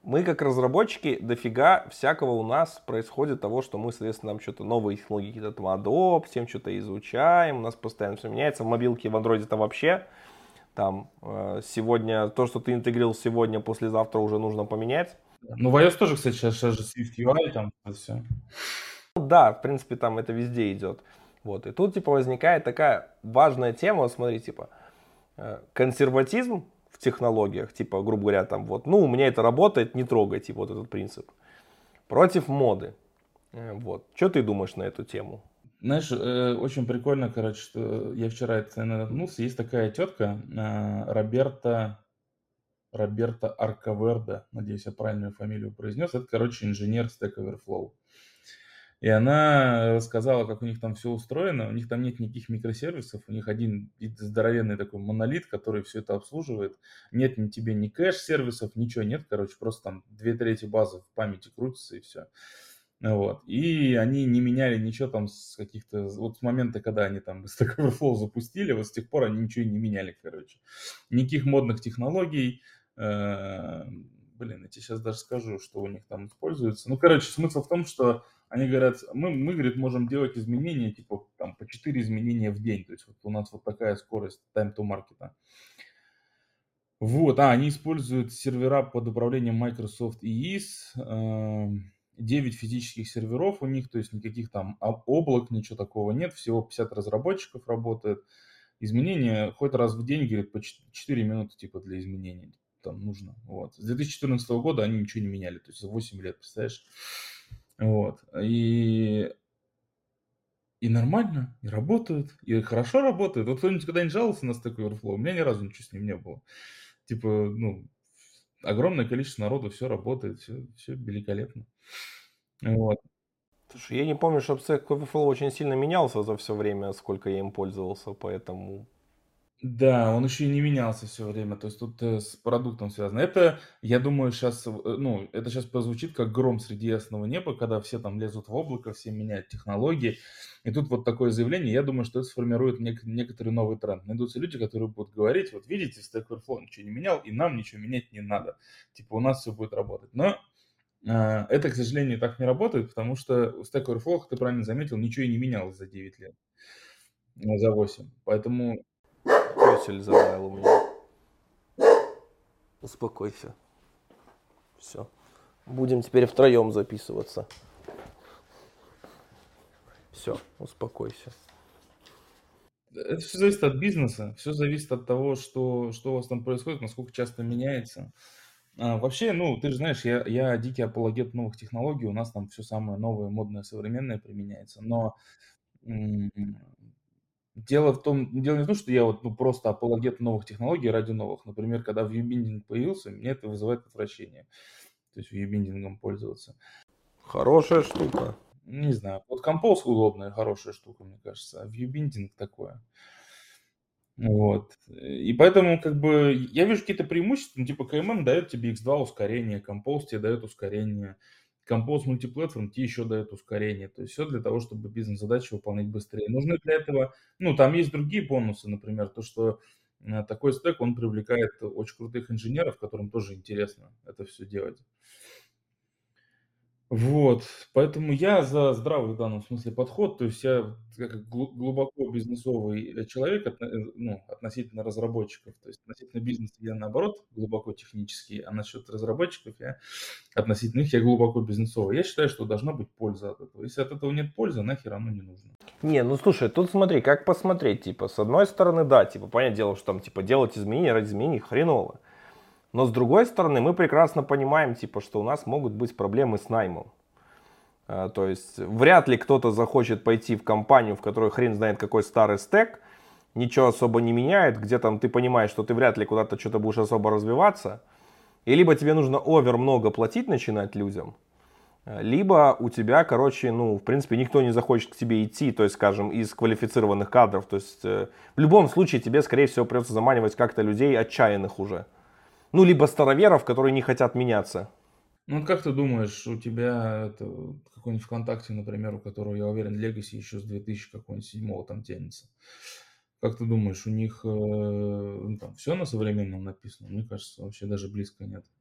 мы как разработчики, дофига всякого у нас происходит того, что мы, соответственно, там что-то новые технологии какие-то там адоптим, что-то изучаем, у нас постоянно все меняется. В мобилке, в андроиде-то вообще там сегодня, то, что ты интегрировал сегодня, послезавтра уже нужно поменять. Ну, в iOS тоже, кстати, сейчас же Swift UI, там все. Ну да, в принципе, там это везде идет. Вот. И тут, типа, возникает такая важная тема, вот смотри, типа, консерватизм в технологиях, типа, грубо говоря, там, вот, ну, у меня это работает, не трогайте, вот этот принцип. Против моды. Вот. Что ты думаешь на эту тему? Знаешь, очень прикольно, короче, что я вчера это наткнулся. Есть такая тетка, Роберта Арковерда, надеюсь, я правильную фамилию произнес. Это, короче, инженер Stack Overflow. И она рассказала, как у них там все устроено. У них там нет никаких микросервисов. У них один здоровенный такой монолит, который все это обслуживает. Нет ни тебе ни кэш-сервисов, ничего нет. Короче, просто там 2/3 базы в памяти крутится и все. Вот. И они не меняли ничего там с каких-то... Вот с момента, когда они там Stack Overflow запустили, вот с тех пор они ничего и не меняли, короче. Никаких модных технологий. Блин, я тебе сейчас даже скажу, что у них там используется. Ну, короче, смысл в том, что они говорят, мы, говорит, можем делать изменения, типа, там, по 4 изменения в день. То есть вот у нас вот такая скорость time to market. Вот, они используют сервера под управлением Microsoft EES, 9 физических серверов у них, то есть никаких там облак, ничего такого нет, всего 50 разработчиков работает. Изменения хоть раз в день, говорит, по 4 минуты типа для изменений там нужно. Вот. С 2014 года они ничего не меняли, то есть за 8 лет, представляешь? Вот. И нормально, и работают, и хорошо работают. Вот кто-нибудь когда-нибудь жаловался на Stack Overflow? У меня ни разу ничего с ним не было. Типа, ну, огромное количество народу, все работает, все великолепно. Вот. Слушай, я не помню, чтобы Stack Overflow очень сильно менялся за все время, сколько я им пользовался, поэтому... Да, он еще и не менялся все время, то есть тут с продуктом связано. Это, я думаю, сейчас, ну, это сейчас прозвучит как гром среди ясного неба, когда все там лезут в облако, все меняют технологии. И тут вот такое заявление, я думаю, что это сформирует некоторый новый тренд. Найдутся люди, которые будут говорить, вот видите, Stack Overflow ничего не менял, и нам ничего менять не надо. Типа у нас все будет работать. Но это, к сожалению, так не работает, потому что у Stack Overflow, как ты правильно заметил, ничего и не менялось за 9 лет, за 8. Поэтому Пёсель залаял у меня. Успокойся. Все. Будем теперь втроем записываться. Все, успокойся. это все зависит от бизнеса, все зависит от того, что у вас там происходит, насколько часто меняется. Вообще, ну, ты же знаешь, я дикий апологет новых технологий, у нас там все самое новое, модное, современное применяется. Но м, дело не в том, что я вот, ну, просто апологет новых технологий ради новых. Например, когда вьюбиндинг появился, мне это вызывает отвращение. То есть вьюбиндингом пользоваться. Хорошая штука. Не знаю. Вот Compose удобная, хорошая штука, мне кажется, а вьюбиндинг такое. Вот. И поэтому, как бы, я вижу какие-то преимущества, ну, типа, KMM дает тебе X2 ускорение, Compose тебе дает ускорение, Compose мультиплатформ тебе еще дает ускорение. То есть все для того, чтобы бизнес-задачи выполнять быстрее. Нужны для этого, ну, там есть другие бонусы, например, то, что такой стек, он привлекает очень крутых инженеров, которым тоже интересно это все делать. Вот, поэтому я за здравый в данном смысле подход. То есть я как глубоко бизнесовый человек ну, относительно разработчиков. То есть относительно бизнеса я наоборот глубоко технический, а насчет разработчиков я относительно их я глубоко бизнесовый. Я считаю, что должна быть польза от этого. Если от этого нет пользы, нахер оно не нужно. Не, ну слушай, тут смотри, как посмотреть, типа, с одной стороны, да, типа, понятное дело, что там, типа, делать изменения ради изменений хреново. Но с другой стороны, мы прекрасно понимаем, типа, что у нас могут быть проблемы с наймом. То есть вряд ли кто-то захочет пойти в компанию, в которой хрен знает какой старый стек, ничего особо не меняет, где там ты понимаешь, что ты вряд ли куда-то что-то будешь особо развиваться. И либо тебе нужно овер много платить начинать людям, либо у тебя, короче, ну, в принципе, никто не захочет к тебе идти, то есть, скажем, из квалифицированных кадров. То есть, в любом случае тебе, скорее всего, придется заманивать как-то людей отчаянных уже. Ну, либо староверов, которые не хотят меняться. Ну, вот как ты думаешь, у тебя это, какой-нибудь ВКонтакте, например, у которого, я уверен, Legacy еще с 2007 там тянется. Как ты думаешь, у них ну, там все на современном написано? Мне кажется, вообще даже близко нет.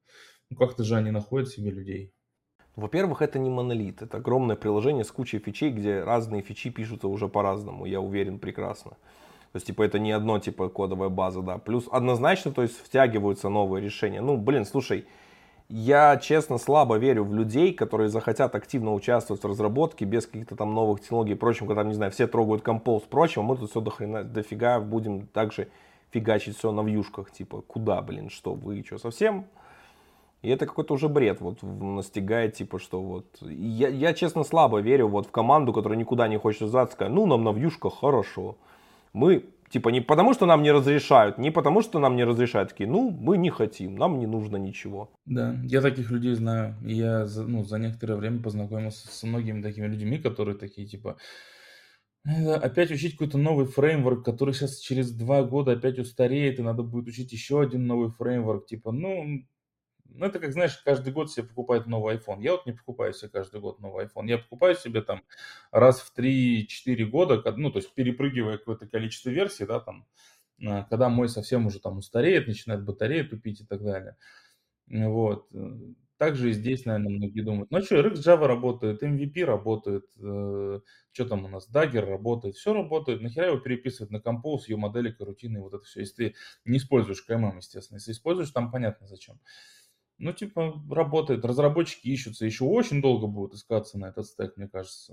Ну, как-то же они находят себе людей. Во-первых, это не монолит, это огромное приложение с кучей фичей, где разные фичи пишутся уже по-разному, я уверен прекрасно. То есть, типа, это не одно, типа, кодовая база, да. Плюс однозначно, то есть, втягиваются новые решения. Ну, блин, слушай, я, честно, слабо верю в людей, которые захотят активно участвовать в разработке без каких-то там новых технологий и прочим, когда, не знаю, все трогают Compose и прочим, а мы тут все дофига будем также фигачить все на вьюшках. Типа, куда, блин, что, вы что, совсем? И это какой-то уже бред вот настигает, типа, что вот... Я, честно, слабо верю вот в команду, которая никуда не хочет сдаться, сказать, ну, нам на вьюшках хорошо. Мы, типа, не потому, что нам не разрешают, не потому, что нам не разрешают, такие, ну, мы не хотим, нам не нужно ничего. Да, я таких людей знаю. И я за некоторое время познакомился со многими такими людьми, которые такие, типа, опять учить какой-то новый фреймворк, который сейчас через 2 года опять устареет, и надо будет учить еще один новый фреймворк. Типа, ну, это как, знаешь, каждый год себе покупают новый iPhone. Я вот не покупаю себе каждый год новый iPhone. Я покупаю себе там раз в 3-4 года, ну, то есть перепрыгивая какое-то количество версий, да, там, когда мой совсем уже там устареет, начинает батарея тупить и так далее. Вот. Также и здесь, наверное, многие думают, ну что, RX Java работает, MVP работает, что там у нас, Dagger работает, все работает, нахера его переписывать на Compose, ее модели, рутины, вот это все, если ты не используешь KMM, естественно, если используешь, там понятно зачем. Ну, типа, работает, разработчики ищутся, еще очень долго будут искаться на этот стек, мне кажется.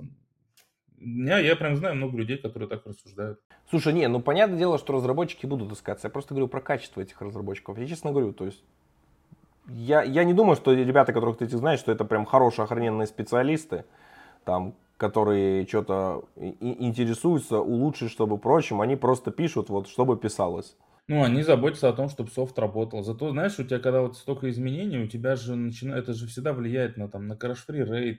Я прям знаю много людей, которые так рассуждают. Слушай, не, ну, понятное дело, что разработчики будут искаться. Я просто говорю про качество этих разработчиков. Я честно говорю, то есть, я не думаю, что ребята, которых ты знаешь, что это прям хорошие, охрененные специалисты, там, которые что-то интересуются, улучшить, чтобы прочим, они просто пишут, вот, чтобы писалось. Ну, они заботятся о том, чтобы софт работал. Зато, знаешь, у тебя когда вот столько изменений, у тебя же начинает, это же всегда влияет на там на crash-free rate,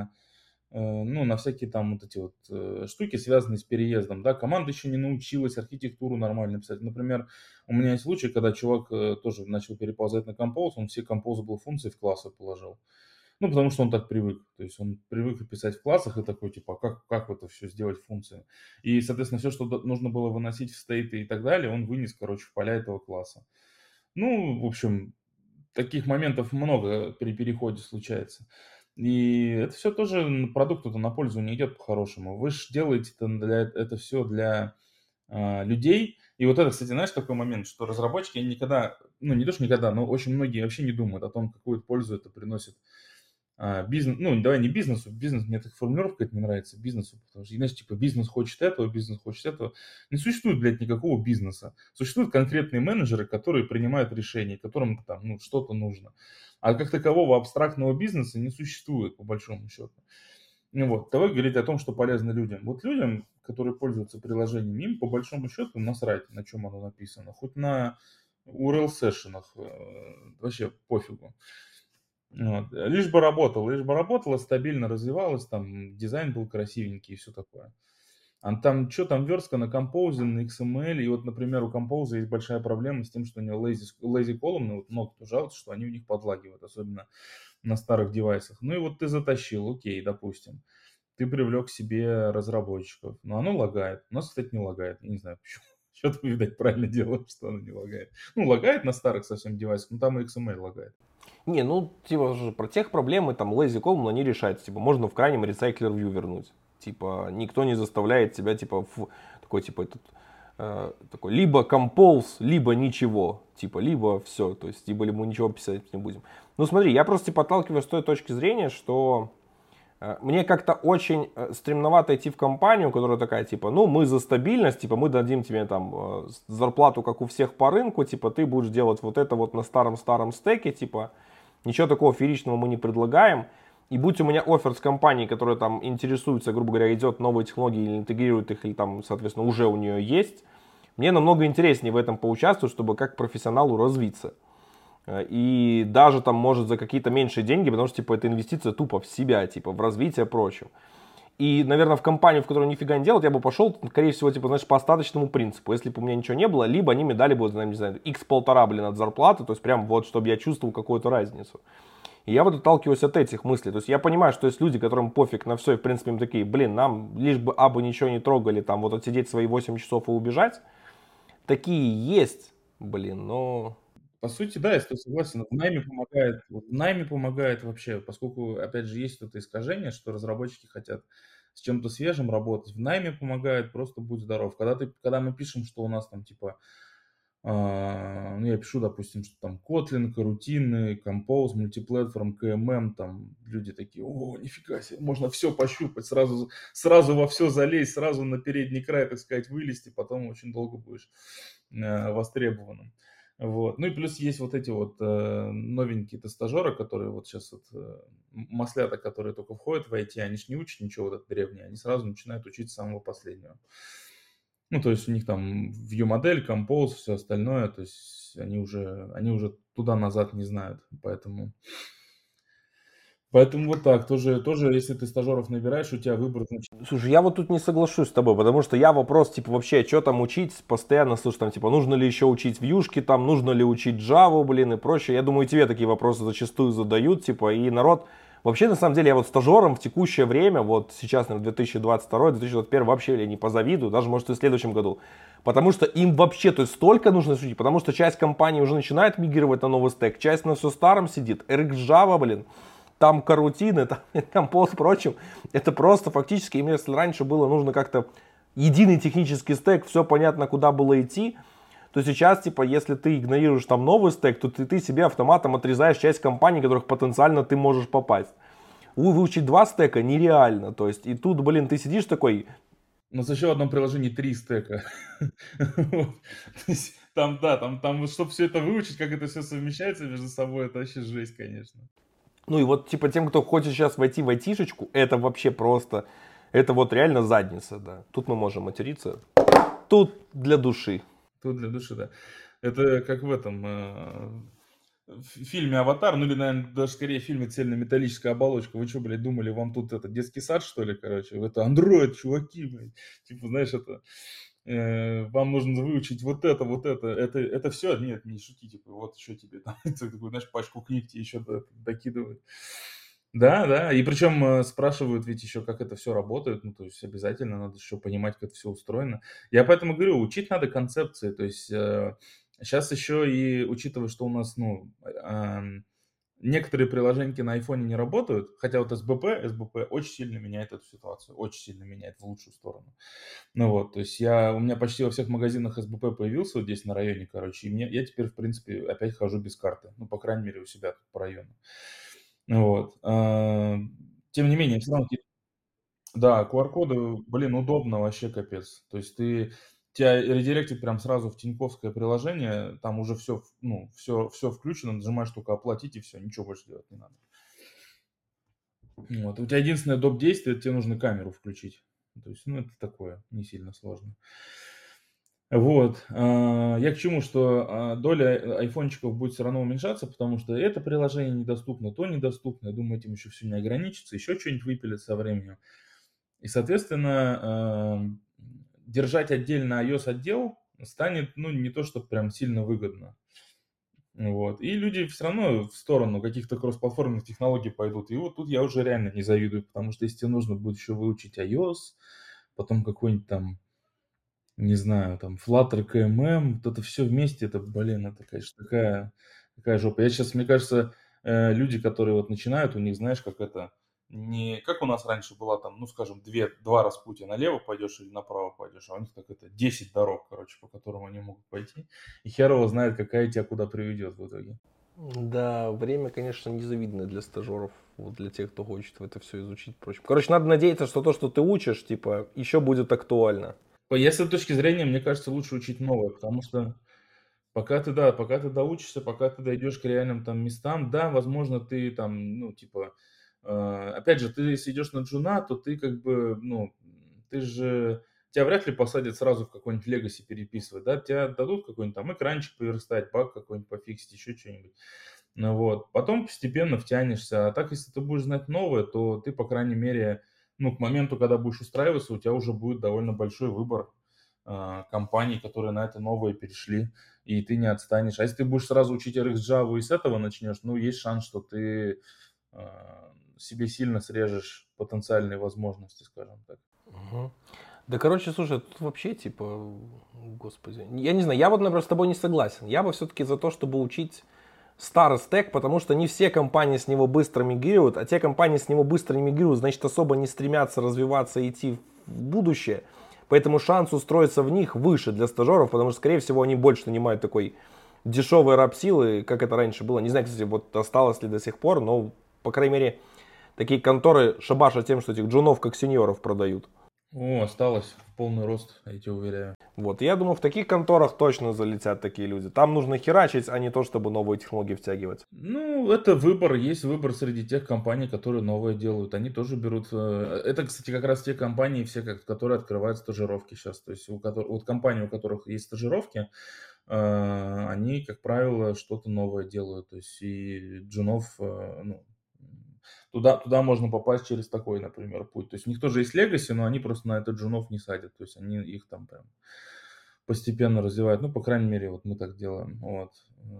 ну, на всякие там вот эти вот штуки, связанные с переездом, да. Команда еще не научилась архитектуру нормально писать. Например, у меня есть случай, когда чувак тоже начал переползать на Compose, он все composable функции в классы положил. Ну, потому что он так привык. То есть он привык писать в классах и такой, типа, а как это все сделать в функции? И, соответственно, все, что нужно было выносить в стейты и так далее, он вынес, короче, в поля этого класса. Ну, в общем, таких моментов много при переходе случается. И это все тоже продукту-то на пользу не идет по-хорошему. Вы же делаете это все для людей. И вот это, кстати, знаешь, такой момент, что разработчики они никогда, ну не то, что никогда, но очень многие вообще не думают о том, какую пользу это приносит бизнес, ну, давай не бизнесу, бизнес, мне так формулировка это не нравится, бизнесу, потому что, иначе, типа, бизнес хочет этого, бизнес хочет этого. Не существует, блядь, никакого бизнеса. Существуют конкретные менеджеры, которые принимают решения, которым там, ну, что-то нужно. А как такового абстрактного бизнеса не существует, по большому счету. Ну вот, давай говорить о том, что полезно людям. Вот людям, которые пользуются приложением, им по большому счету насрать, на чем оно написано. Хоть на URL-сессионах, вообще пофигу. Вот. Лишь бы работало, стабильно развивалось, там дизайн был красивенький и все такое. А там, что там верстка на Compose, на XML, и вот, например, у Compose есть большая проблема с тем, что у него lazy column, вот много кто жалуется, что они у них подлагивают, особенно на старых девайсах. Ну и вот ты затащил, окей, допустим. Ты привлек к себе разработчиков, но оно лагает. У нас, кстати, не лагает, я не знаю почему. Что-то, видать, правильно делаем, что оно не лагает. Ну, лагает на старых совсем девайсах, но там и XML лагает. Не, ну, типа, про тех проблемы, там, lazy column, они решаются. Типа, можно в крайнем recycler view вернуть. Типа, никто не заставляет тебя, типа, такой, типа, этот, такой, либо compose, либо ничего. Типа, либо все. То есть, либо мы ничего писать не будем. Ну, смотри, я просто, типа, отталкиваюсь с той точки зрения, что мне как-то очень стремновато идти в компанию, которая такая, типа, ну, мы за стабильность, типа, мы дадим тебе там зарплату, как у всех по рынку, типа, ты будешь делать вот это вот на старом-старом стеке, типа, ничего такого фееричного мы не предлагаем. И будь у меня оффер с компанией, которая там интересуется, грубо говоря, идет новые технологии или интегрирует их, или там, соответственно, уже у нее есть, мне намного интереснее в этом поучаствовать, чтобы как профессионалу развиться. И даже там может за какие-то меньшие деньги, потому что типа это инвестиция тупо в себя, типа в развитие и прочее. И, наверное, в компанию, в которой нифига не делать, я бы пошел, скорее всего, типа, знаешь, по остаточному принципу. Если бы у меня ничего не было, либо они мне дали бы, не знаю, x1,5, блин, от зарплаты, то есть прям вот, чтобы я чувствовал какую-то разницу. И я вот отталкиваюсь от этих мыслей. То есть я понимаю, что есть люди, которым пофиг на все, и в принципе им такие, блин, нам лишь бы абы ничего не трогали, там вот отсидеть свои 8 часов и убежать. Такие есть, блин, но... По сути, да, я с тобой согласен. В найме помогает вообще, поскольку, опять же, есть вот это искажение, что разработчики хотят с чем-то свежим работать. В найме помогает просто будь здоров. Когда мы пишем, что у нас там типа, ну, я пишу, допустим, что там Kotlin, корутины, Compose, мультиплатформ, КММ, там люди такие: о, нифига себе, можно все пощупать, сразу во все залезть, сразу на передний край, так сказать, вылезти, потом очень долго будешь востребованным. Вот. Ну и плюс есть вот эти вот новенькие-то стажеры, которые вот сейчас вот маслята, которые только входят в IT, они ж не учат ничего вот это древнее, они сразу начинают учить с самого последнего. Ну, то есть у них там view-модель, Compose, все остальное, то есть они уже туда-назад не знают, поэтому вот так, тоже, если ты стажеров набираешь, у тебя выбор, значит, Слушай, я вот тут не соглашусь с тобой, потому что я вопрос, типа, вообще, что там учить, постоянно слышу, там, типа, нужно ли еще учить вьюшки, там, нужно ли учить Java, блин, и прочее. Я думаю, тебе такие вопросы зачастую задают, типа, и народ... Вообще, на самом деле, я вот стажерам в текущее время, вот сейчас, наверное, 2022-2021, вообще я не позавидую, даже, может, и в следующем году. Потому что им вообще, то есть, столько нужно изучить, потому что часть компаний уже начинает мигрировать на новый стек, часть на все старом сидит, RxJava, блин, там карутины, там композ, прочим. Это просто фактически, если раньше было нужно как-то единый технический стек, все понятно, куда было идти, то сейчас, типа, если ты игнорируешь там новый стек, то ты себе автоматом отрезаешь часть компаний, в которых потенциально ты можешь попасть. Выучить два стека нереально, то есть, и тут, блин, ты сидишь такой, у нас еще в одном приложении 3 стека. Вот. То есть там, да, там вот чтобы все это выучить, как это все совмещается между собой, это вообще жесть, конечно. ну и вот, типа, тем, кто хочет сейчас войти в айтишечку, это вообще просто, это вот реально задница, да. Тут мы можем материться, тут для души. Тут для души, да. Это как в этом, в фильме «Аватар», ну или, наверное, даже скорее в фильме «Цельнометаллическая оболочка». Вы что, блядь, думали, вам тут это детский сад, что ли, короче? Это андроид, чуваки, блядь. Типа, знаешь, это вам нужно выучить вот это, вот это. Это все? Нет, не шути, типа, вот еще тебе там, ты такой, знаешь, пачку книг тебе еще докидывают. Да, да, и причем спрашивают ведь еще, как это все работает, ну, то есть обязательно надо еще понимать, как это все устроено. Я поэтому говорю, учить надо концепции, то есть сейчас еще и учитывая, что у нас, ну, некоторые приложеньки на айфоне не работают, хотя вот СБП очень сильно меняет эту ситуацию, очень сильно меняет в лучшую сторону. Ну вот, то есть у меня почти во всех магазинах СБП появился вот здесь на районе, короче, и я теперь, в принципе, опять хожу без карты, ну, по крайней мере, у себя тут по району. Вот. Тем не менее, все равно, да, QR-коды, блин, удобно вообще капец. То есть тебя редиректит прям сразу в тиньковское приложение, там уже все, ну, все включено, нажимаешь только оплатить и все, ничего больше делать не надо. Вот. У тебя единственное доп. Действие, тебе нужно камеру включить. То есть, ну, это такое, не сильно сложно. Вот. Я к чему, что доля айфончиков будет все равно уменьшаться, потому что это приложение недоступно, то недоступно. Я думаю, этим еще все не ограничится, еще что-нибудь выпилят со временем. И, соответственно, держать отдельно iOS отдел станет, ну, не то, что прям сильно выгодно. Вот. И люди все равно в сторону каких-то кроссплатформенных технологий пойдут. И вот тут я уже реально не завидую, потому что если тебе нужно будет еще выучить iOS, потом какой-нибудь там, не знаю, там Flutter, KMM, вот это все вместе, это, блин, это, конечно, такая жопа. Я сейчас, мне кажется, люди, которые вот начинают, у них, знаешь, как это, не как у нас раньше была там, ну, скажем, два распутья, налево пойдешь или направо пойдешь, а у них так это 10 дорог, короче, по которым они могут пойти. И хер его знает, какая тебя куда приведет в итоге. Да, время, конечно, незавидное для стажеров, вот для тех, кто хочет это все изучить. Прочим. Короче, надо надеяться, что то, что ты учишь, типа, еще будет актуально. С этой точки зрения, мне кажется, лучше учить новое, потому что пока ты доучишься, пока ты дойдешь к реальным там местам, да, возможно, ты там, ну, типа, опять же, ты если идешь на джуна, то ты как бы, ну, тебя вряд ли посадят сразу в какой-нибудь легаси переписывать, да, тебя дадут какой-нибудь там экранчик поверстать, баг какой-нибудь пофиксить, еще что-нибудь. Ну вот, потом постепенно втянешься, а так, если ты будешь знать новое, то ты, по крайней мере, ну, к моменту, когда будешь устраиваться, у тебя уже будет довольно большой выбор компаний, которые на это новое перешли, и ты не отстанешь. А если ты будешь сразу учить RxJava и с этого начнешь, ну, есть шанс, что ты себе сильно срежешь потенциальные возможности, скажем так. Мгм. Да, короче, слушай, тут вообще, типа, господи, я не знаю, я вот, например, с тобой не согласен. Я бы все-таки за то, чтобы учить старый стек, потому что не все компании с него быстро мигрируют, а те компании с него быстро не мигрируют, значит, особо не стремятся развиваться и идти в будущее. Поэтому шанс устроиться в них выше для стажеров, потому что, скорее всего, они больше нанимают такой дешевой рабсилы, как это раньше было. Не знаю, кстати, вот осталось ли до сих пор, но, по крайней мере, такие конторы шабашат тем, что этих джунов как сеньоров продают. О, осталось в полный рост, я тебе уверяю. Вот, я думаю, в таких конторах точно залетят такие люди. Там нужно херачить, а не то, чтобы новые технологии втягивать. Ну, это выбор, есть выбор среди тех компаний, которые новое делают. Они тоже берут... Это, кстати, как раз те компании, все, которые открывают стажировки сейчас. То есть вот компании, у которых есть стажировки, они, как правило, что-то новое делают. То есть и джунов, ну, туда можно попасть через такой, например, путь. То есть у них тоже есть легаси, но они просто на это джунов не садят. То есть они их там прям постепенно развивают. Ну, по крайней мере, вот мы так делаем. Вот.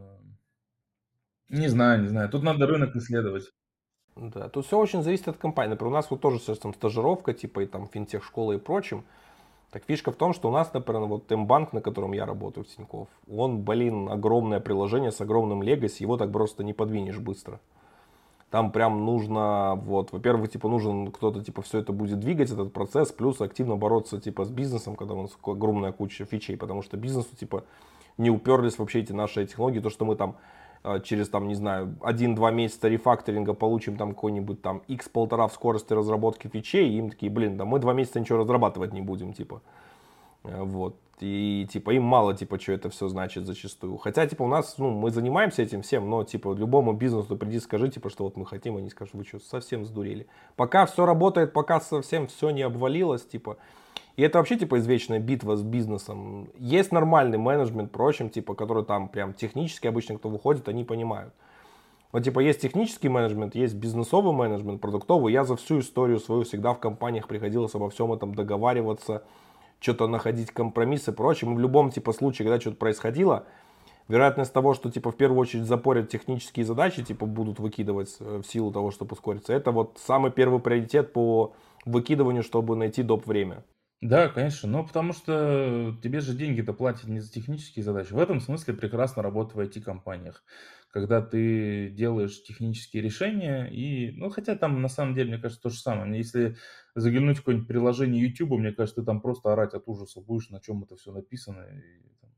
Не знаю, не знаю. Тут надо рынок исследовать. Да, тут все очень зависит от компании. Например, у нас вот тоже сейчас там стажировка, типа и там финтех-школа и прочим. Так фишка в том, что у нас, например, вот М-банк, на котором я работаю в Тинькофф, он, блин, огромное приложение с огромным легаси, его так просто не подвинешь быстро. Там прям нужно, вот, во-первых, типа нужен кто-то, типа, все это будет двигать, этот процесс, плюс активно бороться, типа, с бизнесом, когда у нас огромная куча фичей, потому что бизнесу, типа, не уперлись вообще эти наши технологии, то, что мы там через, там, не знаю, 1-2 месяца рефакторинга получим там какой-нибудь там x1,5 в скорости разработки фичей, и им такие, блин, да мы 2 месяца ничего разрабатывать не будем, типа. Вот. И, типа, им мало, типа, что это все значит зачастую. Хотя, типа, у нас, ну, мы занимаемся этим всем, но, типа, любому бизнесу приди, скажи, типа, что вот мы хотим, они скажут, вы что, совсем сдурели. Пока все работает, пока совсем все не обвалилось, типа. И это вообще, типа, извечная битва с бизнесом. Есть нормальный менеджмент, прочим, типа, который там прям технически обычно, кто выходит, они понимают. Вот, типа, есть технический менеджмент, есть бизнесовый менеджмент, продуктовый. Я за всю историю свою всегда в компаниях приходилось обо всем этом договариваться, что-то находить компромиссы и прочее. И в любом типа случае, когда что-то происходило, вероятность того, что типа в первую очередь запорят технические задачи, типа будут выкидывать в силу того, чтобы ускориться, это вот самый первый приоритет по выкидыванию, чтобы найти доп. Время. Да, конечно, но потому что тебе же деньги-то платят не за технические задачи. В этом смысле прекрасно работать в IT-компаниях, когда ты делаешь технические решения и, ну, хотя там на самом деле, мне кажется, то же самое. Если заглянуть в какое-нибудь приложение YouTube, мне кажется, ты там просто орать от ужаса будешь, на чем это все написано, и там,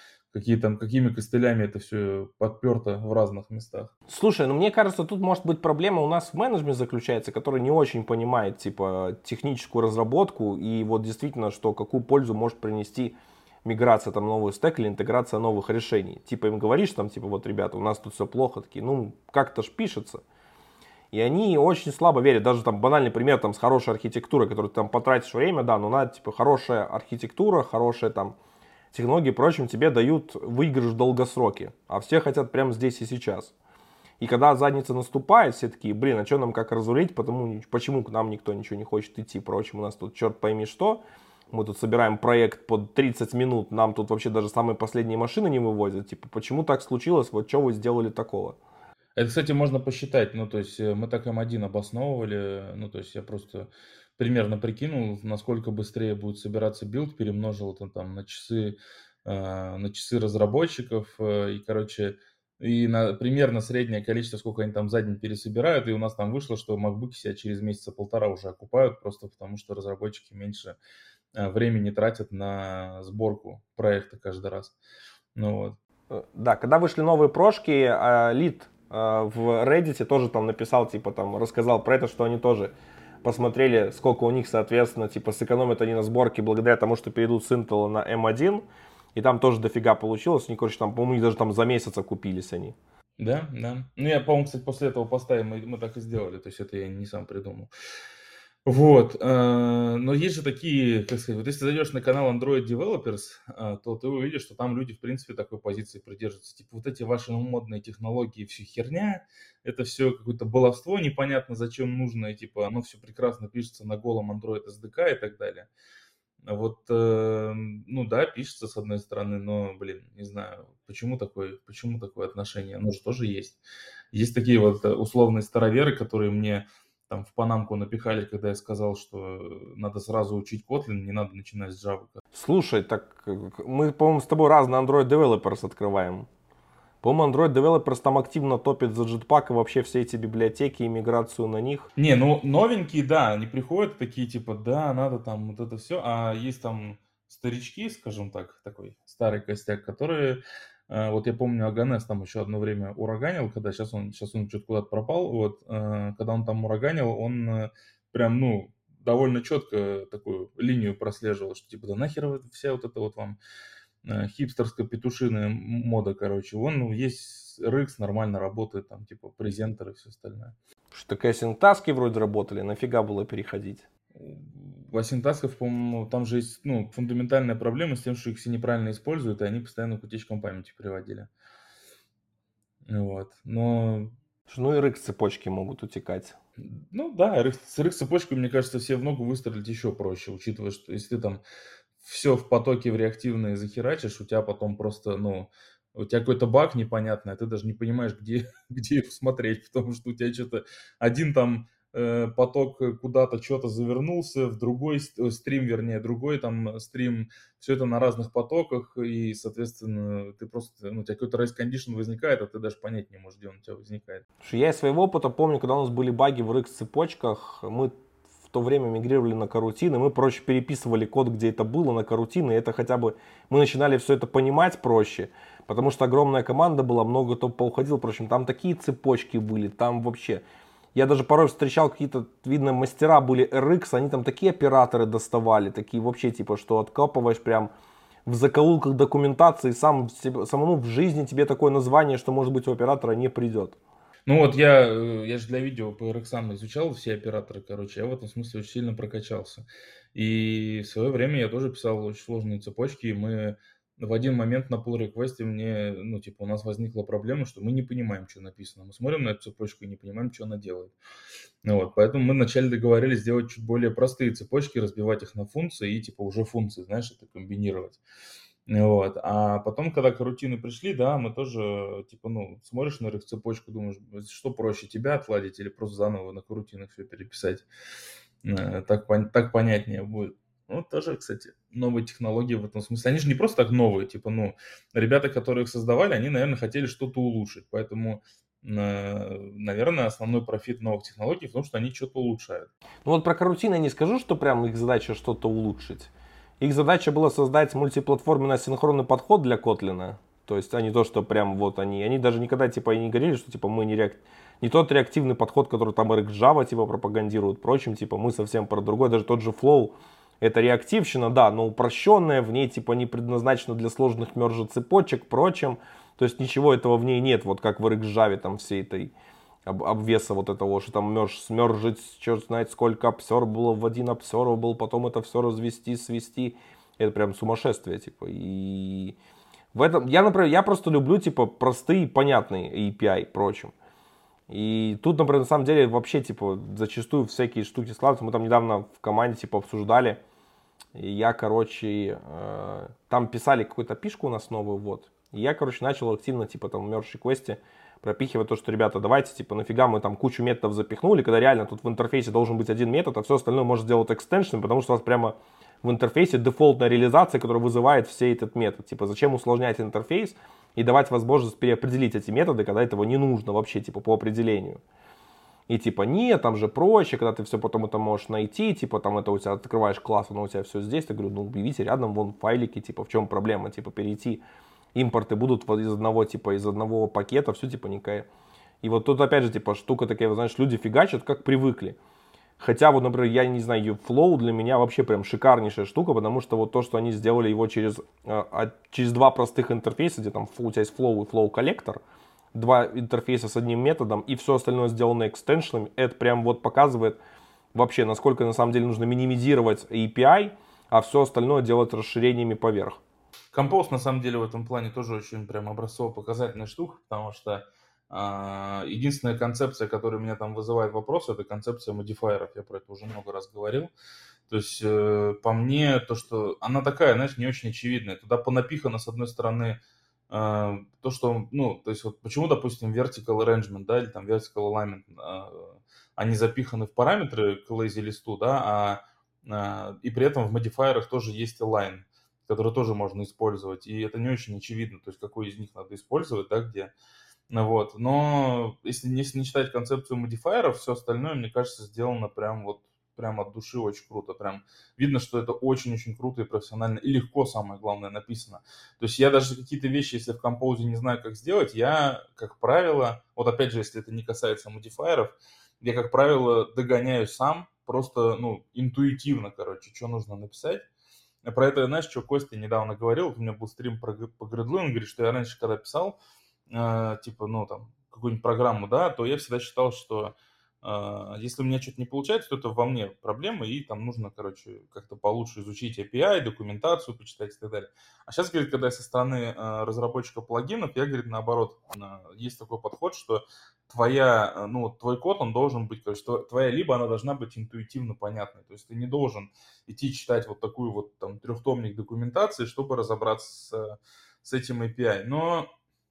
какими костылями это все подперто в разных местах. Слушай, ну мне кажется, тут может быть проблема у нас в менеджменте заключается, который не очень понимает типа техническую разработку и вот действительно, что какую пользу может принести миграция там новый стек или интеграция новых решений. Типа им говоришь там, типа вот ребята, у нас тут все плохо, такие, ну как-то ж пишется. И они очень слабо верят, даже там банальный пример там с хорошей архитектурой, которую ты там потратишь время, да, но надо типа хорошая архитектура, хорошая там технологии, прочим, тебе дают выигрыш в долгосроке, а все хотят прямо здесь и сейчас. И когда задница наступает, все такие, блин, а что нам как разрулить, почему к нам никто ничего не хочет идти, впрочем, у нас тут черт пойми что, мы тут собираем проект под 30 минут, нам тут вообще даже самые последние машины не вывозят, типа, почему так случилось, вот что вы сделали такого? Это, кстати, можно посчитать. Ну, то есть мы так М1 обосновывали. Ну, то есть я просто примерно прикинул, насколько быстрее будет собираться билд, перемножил это там на часы разработчиков. И, короче, примерно среднее количество, сколько они там за день пересобирают. И у нас там вышло, что MacBook себя через месяца полтора уже окупают, просто потому что разработчики меньше времени тратят на сборку проекта каждый раз. Ну вот. Да, когда вышли новые прошки, Лид в Reddit тоже там написал, типа там рассказал про это, что они тоже посмотрели, сколько у них, соответственно, типа сэкономят они на сборке благодаря тому, что перейдут с Intel на M1, и там тоже дофига получилось, они, короче, там, по-моему, даже там за месяц окупились они. Да, да. Ну, я, по-моему, кстати, после этого поста мы так и сделали. То есть это я не сам придумал. Вот. Но есть же такие, как сказать, вот если зайдешь на канал Android Developers, то ты увидишь, что там люди, в принципе, такой позиции придерживаются. Типа вот эти ваши модные технологии, все херня, это все какое-то баловство, непонятно зачем нужно, и типа оно все прекрасно пишется на голом Android SDK и так далее. Вот, ну да, пишется с одной стороны, но, блин, не знаю, почему такое отношение, оно же тоже есть. Есть такие вот условные староверы, которые мне там в панамку напихали, когда я сказал, что надо сразу учить Kotlin, не надо начинать с Java. Слушай, так мы, по-моему, с тобой разные Android Developers открываем. По-моему, Android Developers там активно топит за Jetpack и вообще все эти библиотеки и миграцию на них. Не, ну новенькие, да, они приходят такие, типа, да, надо там вот это все, а есть там старички, скажем так, такой старый костяк, которые, вот я помню, Аганес там еще одно время ураганил, когда сейчас он что-то куда-то пропал, вот, когда он там ураганил, он прям, ну, довольно четко такую линию прослеживал, что типа, да нахер вся вот эта вот вам хипстерская петушиная мода, короче, вон, ну, есть RX, нормально работает, там, типа, презентер и все остальное. Что такая синтаски вроде работали, нафига было переходить? У асинтасков, по-моему, там же есть, ну, фундаментальная проблема с тем, что их все неправильно используют, и они постоянно к утечкам памяти приводили. Вот. Но, Ну и RX цепочки могут утекать. ну да, с RX-цепочкой, мне кажется, все в ногу выстрелить еще проще, учитывая, что если ты там все в потоке в реактивные захерачишь, у тебя потом просто, ну, у тебя какой-то баг непонятный, а ты даже не понимаешь, где, где его смотреть, потому что у тебя что-то один там поток куда-то что-то завернулся, в другой стрим, вернее, другой там стрим, все это на разных потоках, и, соответственно, ты просто, ну, у тебя какой-то race condition возникает, а ты даже понять не можешь, где он у тебя возникает. Что я из своего опыта помню, когда у нас были баги в RX цепочках, мы в то время мигрировали на карутины, мы проще переписывали код, где это было, на карутины, и это хотя бы мы начинали все это понимать проще, потому что огромная команда была, много кто поуходил, впрочем, там такие цепочки были, там вообще. Я даже порой встречал какие-то, видно, мастера были RX, они там такие операторы доставали, такие вообще, типа, что откапываешь прям в закоулках документации, самому в жизни тебе такое название, что, может быть, у оператора не придет. Ну вот я же для видео по RX изучал все операторы, короче, я в этом смысле очень сильно прокачался. И в свое время я тоже писал очень сложные цепочки, и мы в один момент на pull request мне, ну, типа, у нас возникла проблема, что мы не понимаем, что написано. Мы смотрим на эту цепочку и не понимаем, что она делает. Ну вот, поэтому мы вначале договорились сделать чуть более простые цепочки, разбивать их на функции и, типа, уже функции, знаешь, это комбинировать. Вот. А потом, когда карутины пришли, да, мы тоже, типа, ну, смотришь на их цепочку, думаешь, что проще, тебя отладить или просто заново на карутинах все переписать. Так понятнее будет. Ну, тоже, кстати, новые технологии в этом смысле. Они же не просто так новые, типа, ну, ребята, которые их создавали, они, наверное, хотели что-то улучшить. Поэтому, наверное, основной профит новых технологий в том, что они что-то улучшают. Ну вот про карутины я не скажу, что прям их задача что-то улучшить. Их задача была создать мультиплатформенный асинхронный подход для Kotlin. То есть они то, что прям вот они даже никогда типа и не говорили, что типа мы не тот реактивный подход, который там RX Java типа пропагандирует, впрочем, типа мы совсем про другой, даже тот же Flow, это реактивщина, да, но упрощенная, в ней типа не предназначена для сложных мержа цепочек, впрочем, то есть ничего этого в ней нет, вот как в RX Java там всей этой обвеса вот этого, что там смержить, черт знает сколько обсервабл в один обсервабл, потом это все развести, свести. Это прям сумасшествие, типа. И в этом, например, я просто люблю, типа, простые, понятные API, прочим. И тут, например, на самом деле, вообще, типа, зачастую всякие штуки складываются. Мы там недавно в команде, типа, обсуждали. И я, короче, там писали какую-то пишку у нас новую, вот. И я, короче, начал активно, типа, там, в merge request пропихивать то, что, ребята, давайте, типа, нафига мы там кучу методов запихнули, когда реально тут в интерфейсе должен быть один метод, а все остальное может сделать экстеншн, потому что у вас прямо в интерфейсе дефолтная реализация, которая вызывает все этот метод. Типа, зачем усложнять интерфейс и давать возможность переопределить эти методы, когда этого не нужно вообще, типа, по определению. И типа, нет, там же проще, когда ты все потом это можешь найти, типа, там это у тебя открываешь класс, оно у тебя все здесь. Я говорю, ну, уберите рядом вон файлики, типа, в чем проблема, типа, перейти. Импорты будут из одного, типа, из одного пакета, все, типа, никакая. И вот тут, опять же, типа, штука такая, знаешь, люди фигачат, как привыкли. Хотя, вот, например, я не знаю, Flow для меня вообще прям шикарнейшая штука, потому что вот то, что они сделали его через два простых интерфейса, где там у тебя есть Flow и Flow коллектор, два интерфейса с одним методом, и все остальное сделано экстеншенами, это прям вот показывает вообще, насколько на самом деле нужно минимизировать API, а все остальное делать расширениями поверх. Compose, на самом деле, в этом плане тоже очень прям образцово-показательная штука, потому что единственная концепция, которая меня там вызывает вопросы, это концепция модифайеров. Я про это уже много раз говорил. То есть, по мне, то, что она такая, знаешь, не очень очевидная. Туда понапихано, с одной стороны, то, что, ну, то есть, вот почему, допустим, vertical arrangement, да, или там vertical alignment они запиханы в параметры к lazy листу, да, и при этом в модифайерах тоже есть align, который тоже можно использовать, и это не очень очевидно, то есть какой из них надо использовать, да, где. Ну вот, но если не считать концепцию модифайеров, все остальное, мне кажется, сделано прям вот прям от души очень круто. Прям видно, что это очень-очень круто и профессионально, и легко, самое главное, написано. То есть я даже какие-то вещи, если в Compose не знаю, как сделать, я, как правило, вот опять же, если это не касается модифайеров, я, как правило, догоняю сам, просто, ну, интуитивно, короче, что нужно написать. Про это, знаешь, что Костя недавно говорил, вот у меня был стрим по Gradle, он говорит, что я раньше, когда писал, типа, ну, там, какую-нибудь программу, да, то я всегда считал, что если у меня что-то не получается, то это во мне проблема, и там нужно, короче, как-то получше изучить API, документацию почитать и так далее. А сейчас, говорит, когда я со стороны разработчика плагинов, я, говорит, наоборот, есть такой подход, что твой код, он должен быть, короче, твоя либо она должна быть интуитивно понятной, то есть ты не должен идти читать вот такую вот там трехтомник документации, чтобы разобраться с этим API. Но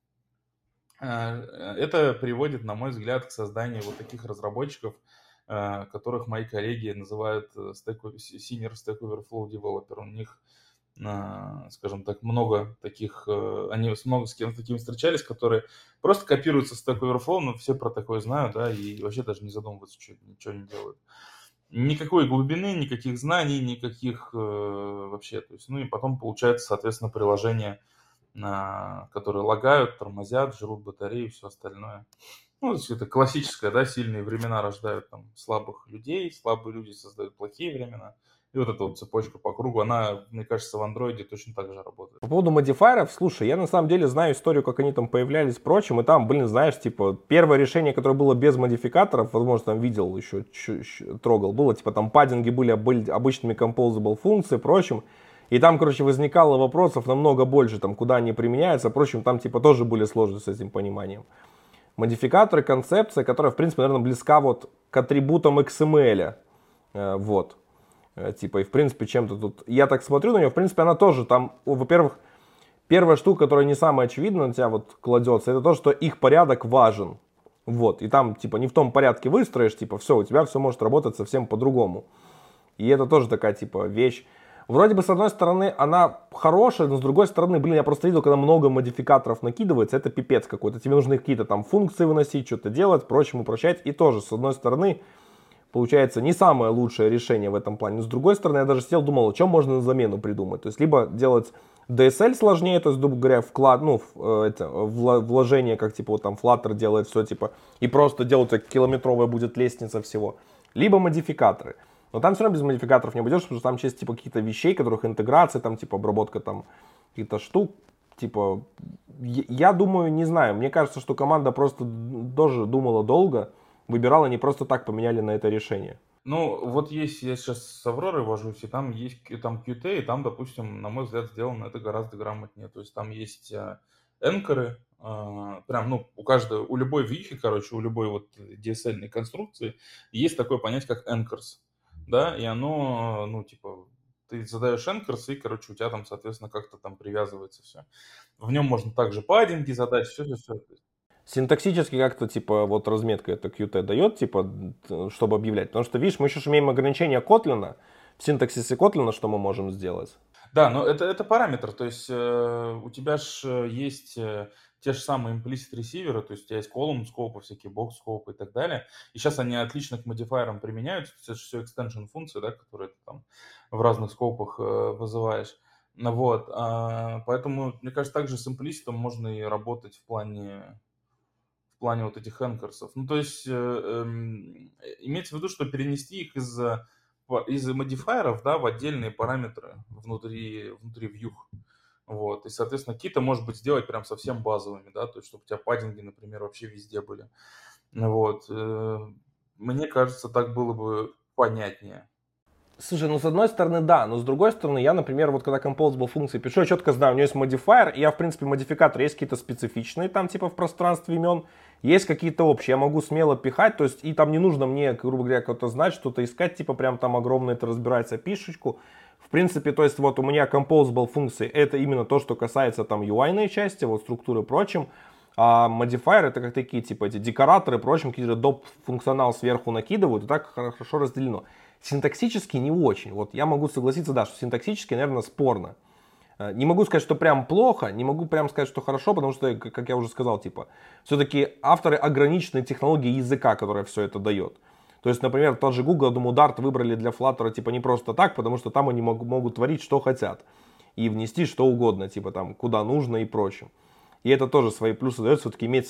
это приводит, на мой взгляд, к созданию вот таких разработчиков, которых мои коллеги называют Senior Stack Overflow Developer. У них, скажем так, много таких, они много с кем такими встречались, которые просто копируются Stack Overflow, но все про такое знают, да, и вообще даже не задумываются, что ничего не делают. Никакой глубины, никаких знаний, никаких вообще. То есть, ну и потом получается, соответственно, приложение, которые лагают, тормозят, жрут батареи и все остальное. Ну, это классическое, да, сильные времена рождают там слабых людей, слабые люди создают плохие времена. И вот эта вот цепочка по кругу, она, мне кажется, в андроиде точно так же работает. По поводу модифайеров, слушай, я на самом деле знаю историю, как они там появлялись, прочим, и там, знаешь, типа, первое решение, которое было без модификаторов, возможно, там видел, еще трогал, было, типа, там паддинги были обычными composable функции, прочим, и там, короче, возникало вопросов намного больше, там, куда они применяются, прочим, там, типа, тоже были сложности с этим пониманием. Модификаторы, концепция, которая, в принципе, наверное, близка вот к атрибутам XML, вот. Типа, и в принципе, чем-то тут... Я так смотрю на нее, в принципе, она тоже там, во-первых, первая штука, которая не самая очевидная на тебя вот кладется, это то, что их порядок важен. Вот, и там, типа, не в том порядке выстроишь, типа, все, у тебя все может работать совсем по-другому. И это тоже такая, типа, вещь. Вроде бы, с одной стороны, она хорошая, но с другой стороны, блин, я просто видел, когда много модификаторов накидывается, это пипец какой-то. Тебе нужно какие-то там функции выносить, что-то делать, прочим, упрощать. И тоже, с одной стороны, получается не самое лучшее решение в этом плане. Но с другой стороны, я даже сидел, думал, о чем можно на замену придумать. То есть, либо делать DSL сложнее, то есть, грубо говоря, вложение, как типа вот там Flutter делает все, типа, и просто делать километровая будет лестница всего. Либо модификаторы. Но там все равно без модификаторов не обойдешь, потому что там есть типа какие-то вещей, которых интеграция, там типа обработка там каких-то штук. Типа, я думаю, не знаю, мне кажется, что команда просто тоже думала долго, выбирала, не просто так поменяли на это решение. Ну, вот есть, я сейчас с Авророй вожусь, и там есть там Qt, и там, допустим, на мой взгляд, сделано это гораздо грамотнее. То есть там есть энкоры, прям, ну, у любой вьюхи, короче, у любой вот DSL-ной конструкции есть такое понятие, как anchors, да, и оно, ну, типа, ты задаешь anchors, и, короче, у тебя там, соответственно, как-то там привязывается все. В нем можно также паддинги задать, все. Синтаксически как-то, типа, вот разметка это Qt дает, типа, чтобы объявлять. Потому что, видишь, мы еще имеем ограничения Kotlin. В синтаксисе Kotlin что мы можем сделать? Да, но это параметр, то есть у тебя же есть те же самые implicit ресиверы, то есть у тебя есть column скопы, всякие box скопы и так далее. И сейчас они отлично к модифайерам применяются, то есть это же все extension функции, да, которые ты там в разных скопах вызываешь. Ну вот, поэтому, мне кажется, также с implicit можно и работать в плане вот этих энкорсов. Ну, то есть имеется в виду, что перенести их из модифайеров, да, в отдельные параметры внутри вьюх. Вот. И, соответственно, какие-то, может быть, сделать прям совсем базовыми, да, то есть, чтобы у тебя паддинги, например, вообще везде были. Вот. Мне кажется, так было бы понятнее. Слушай, ну с одной стороны да, но с другой стороны я, например, вот когда composable функции пишу, я четко знаю, у нее есть модифайер, и я, в принципе, модификаторы есть какие-то специфичные там типа в пространстве имен, есть какие-то общие, я могу смело пихать, то есть и там не нужно мне, грубо говоря, как-то знать, что-то искать, типа прям там огромно это разбирается пишечку. В принципе, то есть вот у меня composable функции это именно то, что касается там UI-ной части, вот структуры и прочим. А modifier это как такие, типа, эти декораторы, прочим, какие-то доп. Функционал сверху накидывают, и так хорошо разделено. Синтаксически не очень. Вот я могу согласиться, да, что синтаксически, наверное, спорно. Не могу сказать, что прям плохо, не могу прям сказать, что хорошо, потому что, как я уже сказал, типа, все-таки авторы ограничены технологией языка, которая все это дает. То есть, например, тот же Google, я думаю, Dart выбрали для Flutter, типа, не просто так, потому что там они могут творить, что хотят. И внести что угодно, типа, там, куда нужно и прочим. И это тоже свои плюсы дает, все-таки иметь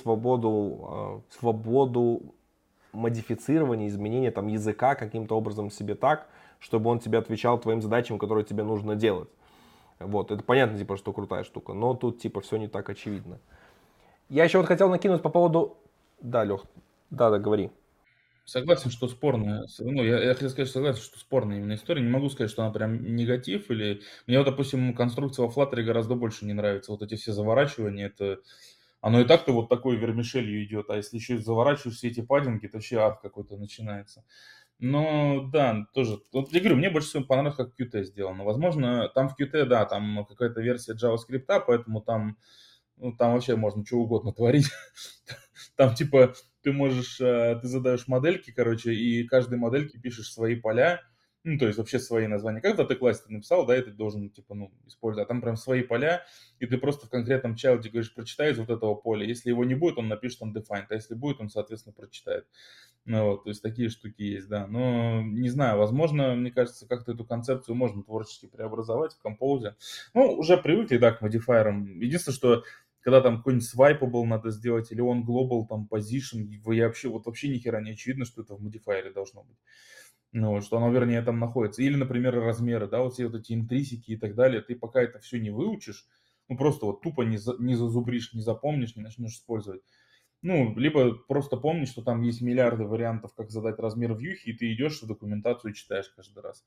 свободу модифицирования, изменения там языка каким-то образом себе так, чтобы он тебе отвечал твоим задачам, которые тебе нужно делать. Вот, это понятно, типа, что крутая штука, но тут, типа, все не так очевидно. Я еще вот хотел накинуть по поводу... Да, Лех, да, говори. Согласен, что спорная. Ну, я хотел сказать, что согласен, что спорная именно история. Не могу сказать, что она прям негатив или... Мне вот, допустим, конструкция во Flutter гораздо больше не нравится. Вот эти все заворачивания, это... Оно и так-то вот такой вермишелью идет, а если еще и заворачиваешь все эти паддинги, то вообще ад какой-то начинается. Но да, тоже. Вот я говорю, мне больше всего понравилось, как Qt сделано. Возможно, там в Qt, да, там какая-то версия JavaScript, поэтому там, ну, там вообще можно что угодно творить. Там типа ты можешь, ты задаешь модельки, короче, и каждой модельке пишешь свои поля, ну, то есть вообще свои названия. Когда ты класс написал, да, и ты должен, типа, ну, использовать. А там прям свои поля, и ты просто в конкретном чайлде говоришь, прочитай из вот этого поля. Если его не будет, он напишет там defined, а если будет, он, соответственно, прочитает. Ну, вот, то есть такие штуки есть, да. Но не знаю, возможно, мне кажется, как-то эту концепцию можно творчески преобразовать в композе. Ну, уже привыкли, да, к модифайерам. Единственное, что когда там какой-нибудь swipeable надо сделать, или он global, там, position, вы вообще, вот вообще ни хера не очевидно, что это в модифайере должно быть. Ну, вот, что оно, вернее, там находится. Или, например, размеры, да, вот все вот эти интрисики и так далее, ты пока это все не выучишь, ну, просто вот тупо не зазубришь, не запомнишь, не начнешь использовать. Ну, либо просто помни, что там есть миллиарды вариантов, как задать размер вьюхи, и ты идешь в документацию и читаешь каждый раз.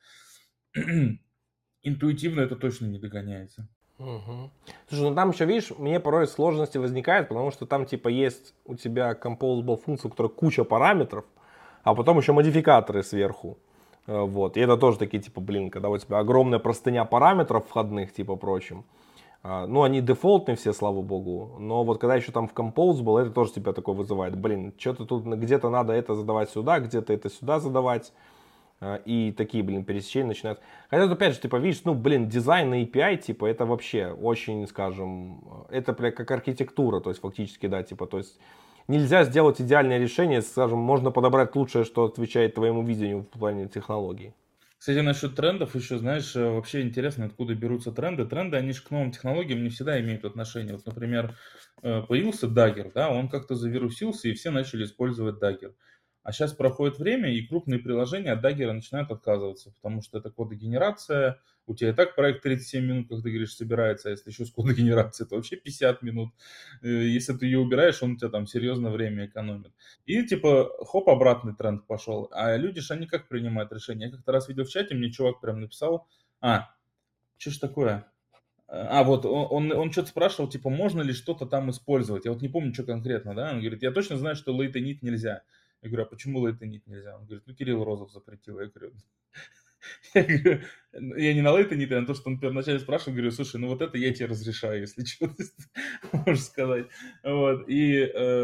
Интуитивно это точно не догоняется. Угу. Слушай, ну там еще, видишь, мне порой сложности возникают, потому что там типа есть у тебя composable функция, у которой куча параметров, а потом еще модификаторы сверху. Вот. И это тоже такие, типа, блин, когда у тебя огромная простыня параметров входных, типа, прочим. Ну, они дефолтные все, слава богу. Но вот когда еще там в Composable, это тоже тебя такое вызывает. Блин, что-то тут где-то надо это задавать сюда, где-то это сюда задавать. И такие, блин, пересечения начинают. Хотя, опять же, типа, видишь, ну, блин, дизайн на API, типа, это вообще очень, скажем, это прям как архитектура, то есть, фактически, да, типа, то есть, нельзя сделать идеальное решение, скажем, можно подобрать лучшее, что отвечает твоему видению в плане технологий. Кстати, насчет трендов еще, знаешь, вообще интересно, откуда берутся тренды. Тренды, они же к новым технологиям не всегда имеют отношение. Вот, например, появился Dagger, да, он как-то завирусился, и все начали использовать Dagger. А сейчас проходит время, и крупные приложения от Dagger начинают отказываться, потому что это кодогенерация. У тебя и так проект 37 минут, как ты говоришь, собирается, а если еще с кодогенерацией, то вообще 50 минут. Если ты ее убираешь, он у тебя там серьезно время экономит. И типа, хоп, обратный тренд пошел. А люди же, они как принимают решения? Я как-то раз видел в чате, мне чувак прям написал, что ж такое? Вот, он что-то спрашивал, типа, можно ли что-то там использовать. Я вот не помню, что конкретно, да? Он говорит, я точно знаю, что лейтенит нельзя. Я говорю, а почему лейтенит нельзя? Он говорит, ну, Кирилл Розов запретил. Я говорю, я говорю, я не на лейтенит, а на то, что он первоначально спрашивал, говорю, слушай, ну вот это я тебе разрешаю, если что, можешь сказать. Вот, и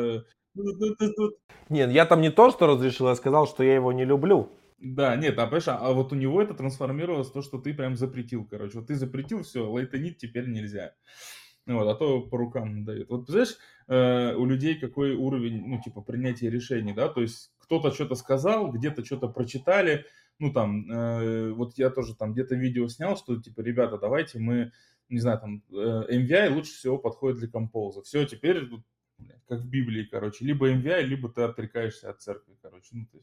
Нет, я там не то, что разрешил, я сказал, что я его не люблю. да, нет, понимаешь, вот у него это трансформировалось в то, что ты прям запретил, короче. Вот ты запретил, все, лейтенит теперь нельзя. Ну вот, а то по рукам дает. Вот, знаешь, у людей какой уровень, ну, типа, принятия решений, да, то есть кто-то что-то сказал, где-то что-то прочитали, ну, там, вот я тоже там где-то видео снял, что, типа, ребята, давайте мы, не знаю, там, MVI лучше всего подходит для композа. Все, теперь, как в Библии, короче, либо MVI, либо ты отрекаешься от церкви, короче, ну, то есть...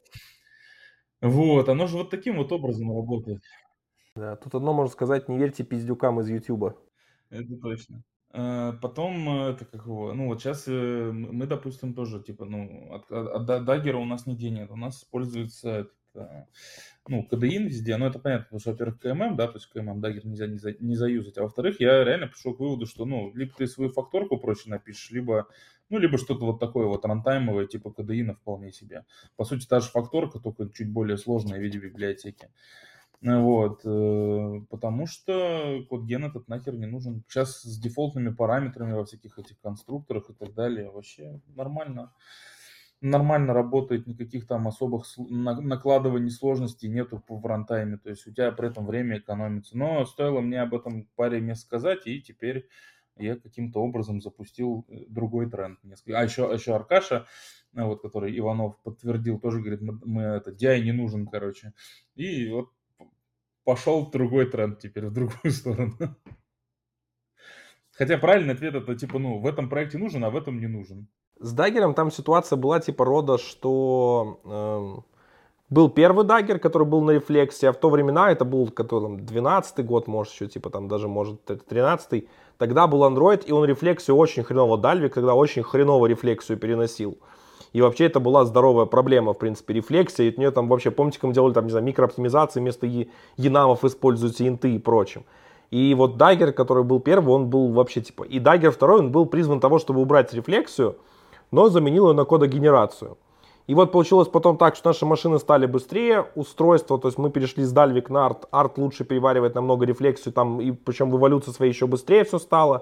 Вот, оно же вот таким вот образом работает. Да, тут одно можно сказать, не верьте пиздюкам из Ютуба. Это точно. Потом, это как его, ну вот сейчас мы, допустим, тоже, типа, ну, от Даггера у нас нигде нет. У нас используется, ну, кодеин везде, но это понятно, потому что, во-первых, КММ, да, то есть КММ Dagger нельзя не заюзать, а во-вторых, я реально пришел к выводу, что, ну, либо ты свою факторку проще напишешь, либо, ну, либо что-то вот такое вот рантаймовое, типа кодеина вполне себе. По сути, та же факторка, только чуть более сложная в виде библиотеки. Вот, потому что код-ген этот нахер не нужен. Сейчас с дефолтными параметрами во всяких этих конструкторах и так далее вообще нормально. Нормально работает, никаких там особых накладываний сложностей нету в рантайме. То есть у тебя при этом время экономится. Но стоило мне об этом паре мест сказать, и теперь я каким-то образом запустил другой тренд. А еще Аркаша, вот, который Иванов подтвердил, тоже говорит, мы это, DI не нужен, короче. И вот пошел другой тренд теперь в другую сторону. Хотя правильный ответ это типа, ну, в этом проекте нужен, а в этом не нужен. С даггером там ситуация была типа рода, что был первый даггер, который был на рефлексе, а в то времена, это был который, 12-й год, может еще, типа там даже, может, 13-й, тогда был Android, и он рефлексию очень хреново дальвик, когда очень хреново рефлексию переносил. И вообще это была здоровая проблема, в принципе, рефлексия. И от нее там вообще, помните, как мы делали там, не знаю, микрооптимизации, вместо янамов используются инты и прочим. И вот Dagger, который был первый, он был вообще типа... И Dagger второй, он был призван того, чтобы убрать рефлексию, но заменил ее на кодогенерацию. И вот получилось потом так, что наши машины стали быстрее, устройство, то есть мы перешли с Dalvik на Art, Art лучше переваривает намного рефлексию, там, и причем в эволюции своей еще быстрее все стало.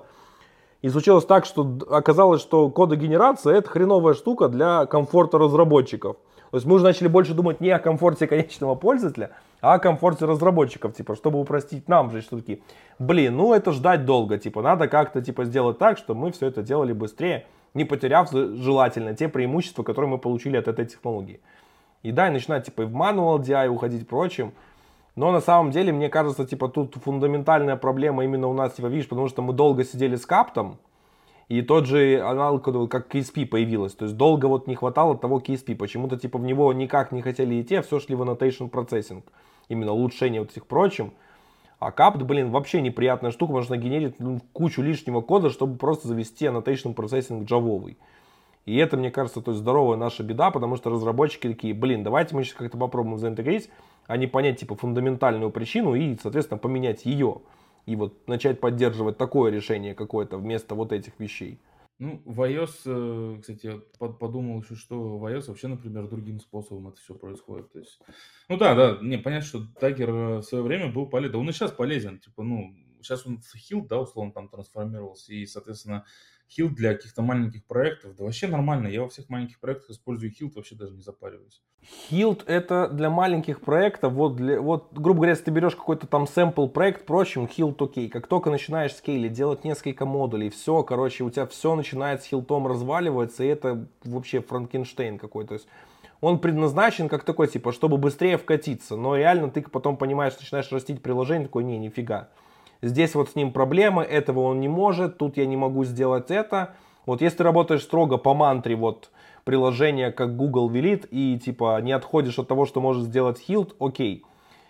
И случилось так, что оказалось, что кодогенерация это хреновая штука для комфорта разработчиков. То есть мы уже начали больше думать не о комфорте конечного пользователя, а о комфорте разработчиков, типа, чтобы упростить нам же, что такие, блин, ну это ждать долго, типа, надо как-то, типа, сделать так, чтобы мы все это делали быстрее, не потеряв желательно те преимущества, которые мы получили от этой технологии. И да, и начинать, типа, и в manual DI уходить и прочим. Но на самом деле, мне кажется, типа, тут фундаментальная проблема именно у нас, типа, видишь, потому что мы долго сидели с каптом, и тот же аналог, как KSP появилась. То есть долго вот не хватало того KSP. Почему-то типа в него никак не хотели идти, а все шли в annotation processing. Именно улучшение вот этих прочим. А CAPT, блин, вообще неприятная штука, потому что генерит кучу лишнего кода, чтобы просто завести annotation processing джавовый. И это, мне кажется, то есть здоровая наша беда, потому что разработчики такие, блин, давайте мы сейчас как-то попробуем заинтегрить, а не понять типа фундаментальную причину и, соответственно, поменять ее. И вот начать поддерживать такое решение какое-то вместо вот этих вещей. Ну, в iOS, кстати, я подумал еще, что в iOS вообще, например, другим способом это все происходит. То есть, ну да, не, понятно, что Dagger в свое время был полезен. Да он и сейчас полезен. Типа, ну, сейчас он в Hill, да, условно, там трансформировался. И, соответственно, Hill для каких-то маленьких проектов, да вообще нормально. Я во всех маленьких проектах использую Hill, вообще даже не запариваюсь. Hilt это для маленьких проектов, вот, грубо говоря, если ты берешь какой-то там sample проект, впрочем, Hilt окей. Как только начинаешь скейлить, делать несколько модулей, все, короче, у тебя все начинает с Хилтом разваливаться, и это вообще Франкенштейн какой-то. То есть он предназначен как такой, типа, чтобы быстрее вкатиться, но реально ты потом понимаешь, начинаешь растить приложение, такой, не, нифига. Здесь вот с ним проблемы, этого он не может, тут я не могу сделать это. Вот если ты работаешь строго по мантре, вот, приложение, как Google велит, и типа не отходишь от того, что может сделать Hilt, окей.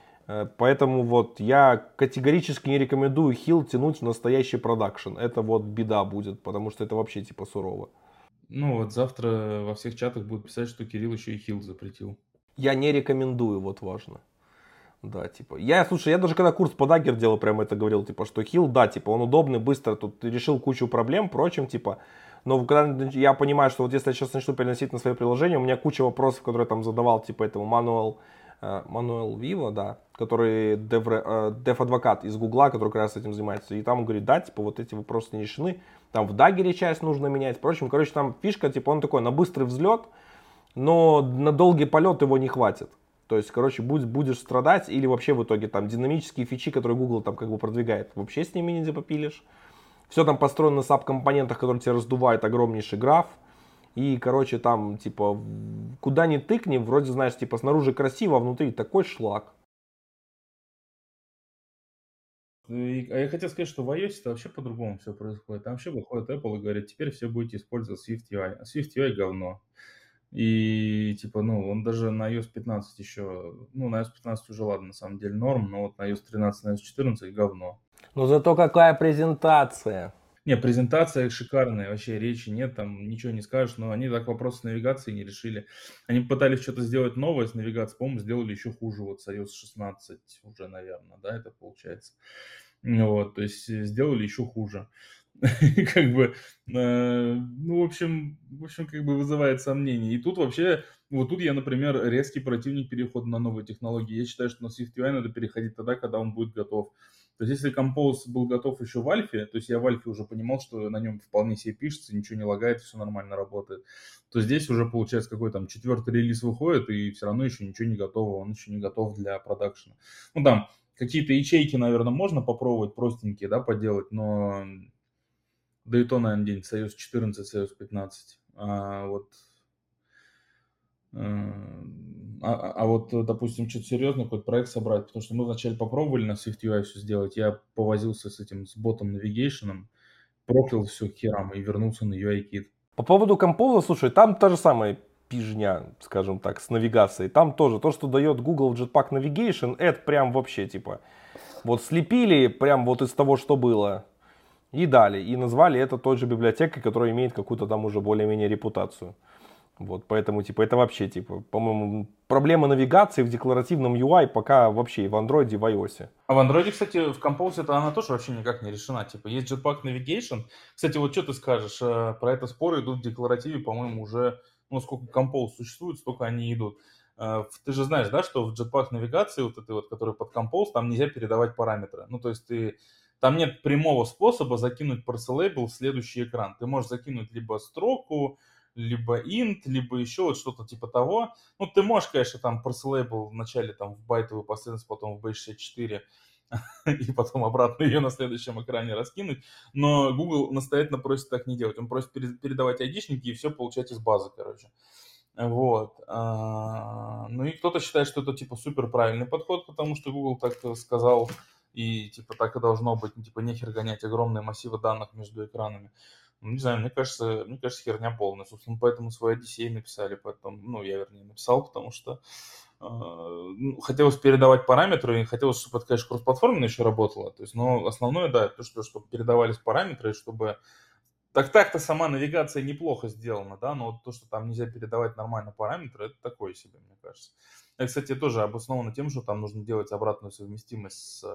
Поэтому вот я категорически не рекомендую Hilt тянуть в настоящий продакшн. Это вот беда будет, потому что это вообще типа сурово. Ну, вот завтра во всех чатах будут писать, что Кирилл еще и Hill запретил. Я не рекомендую, вот важно. Да, типа, слушай, я даже когда курс по Dagger делал, прямо это говорил, типа, что Hill, да, типа, он удобный, быстро, тут решил кучу проблем, впрочем, типа, но когда я понимаю, что вот если я сейчас начну переносить на свое приложение, у меня куча вопросов, которые я там задавал, типа, этому Мануэл Вива, да, который дев-адвокат из Гугла, который как раз этим занимается, и там он говорит, да, типа, вот эти вопросы не решены, там в Dagger часть нужно менять, впрочем, короче, там фишка, типа, он такой на быстрый взлет, но на долгий полет его не хватит. То есть, короче, будешь страдать, или вообще в итоге там динамические фичи, которые Google там как бы продвигает, вообще с ними не попилишь. Все там построено на саб-компонентах, которые тебе раздувают огромнейший граф. И, короче, там, типа, куда ни тыкни, вроде, знаешь, типа, снаружи красиво, а внутри такой шлак. А я хотел сказать, что в iOS это вообще по-другому все происходит. Там вообще выходит Apple и говорит, теперь все будете использовать SwiftUI. А SwiftUI говно. И типа, ну, он даже на iOS 15 еще, ну, на iOS 15 уже ладно, на самом деле норм, но вот на iOS 13, на iOS 14 говно. Но зато какая презентация. Не, презентация шикарная, вообще речи нет, там ничего не скажешь, но они так вопрос с навигацией не решили. Они пытались что-то сделать новое с навигацией, по-моему, сделали еще хуже, вот с iOS 16 уже, наверное, да, это получается. Вот, то есть сделали еще хуже. Как бы, ну, в общем, как бы вызывает сомнения. И тут вообще Вот тут я, например, резкий противник перехода на новые технологии. Я считаю, что на SwiftUI надо переходить тогда, когда он будет готов. То есть, если Compose был готов еще в Альфе, то есть я в Альфе уже понимал, что на нем вполне себе пишется, ничего не лагает, все нормально работает, то здесь уже, получается, какой там 4-й релиз выходит, и все равно еще ничего не готово, он еще не готов для продакшена. Ну, там, какие-то ячейки, наверное, можно попробовать простенькие, да, поделать, но да и то, наверное, день Союз 14, Союз 15. А вот, допустим, что-то серьезное, какой-то проект собрать, потому что мы вначале попробовали на SwiftUI все сделать, я повозился с этим, с ботом Navigation, проклял все к херам и вернулся на UI-кит. По поводу Compose, слушай, там та же самая пижня, скажем так, с навигацией. Там тоже то, что дает Google Jetpack Navigation, это прям вообще типа, вот слепили прям вот из того, что было, и дали, и назвали это той же библиотекой, которая имеет какую-то там уже более-менее репутацию. Вот, поэтому, типа, это вообще, типа, по-моему, проблема навигации в декларативном UI пока вообще и в Android, и в iOS. А в Android, кстати, в Compose это она тоже вообще никак не решена. Типа, есть Jetpack Navigation. Кстати, вот что ты скажешь? Про это споры идут в декларативе, по-моему, уже, ну, сколько Compose существует, столько они идут. Ты же знаешь, да, что в Jetpack навигации, вот этой вот, которая под Compose, там нельзя передавать параметры. Ну, то есть там нет прямого способа закинуть parser label в следующий экран. Ты можешь закинуть либо строку, либо int, либо еще вот что-то типа того. Ну, ты можешь, конечно, там parser label вначале там в байтовую последовательность, потом в base64, и потом обратно ее на следующем экране раскинуть. Но Google настоятельно просит так не делать. Он просит передавать айдишники и все получать из базы, короче. Вот. Ну и кто-то считает, что это типа супер правильный подход, потому что Google так сказал, и типа так и должно быть. Типа нехер гонять огромные массивы данных между экранами. Ну, не знаю, мне кажется, херня полная. Собственно, поэтому свой Odyssey написали. Поэтому, ну, я, вернее, написал, потому что хотелось передавать параметры, и хотелось, чтобы это, конечно, кроссплатформенно еще работало. То есть, но основное, да, то, что чтобы передавались параметры, чтобы... Так-то сама навигация неплохо сделана, да, но вот то, что там нельзя передавать нормально параметры, это такое себе, мне кажется. Это, кстати, тоже обосновано тем, что там нужно делать обратную совместимость с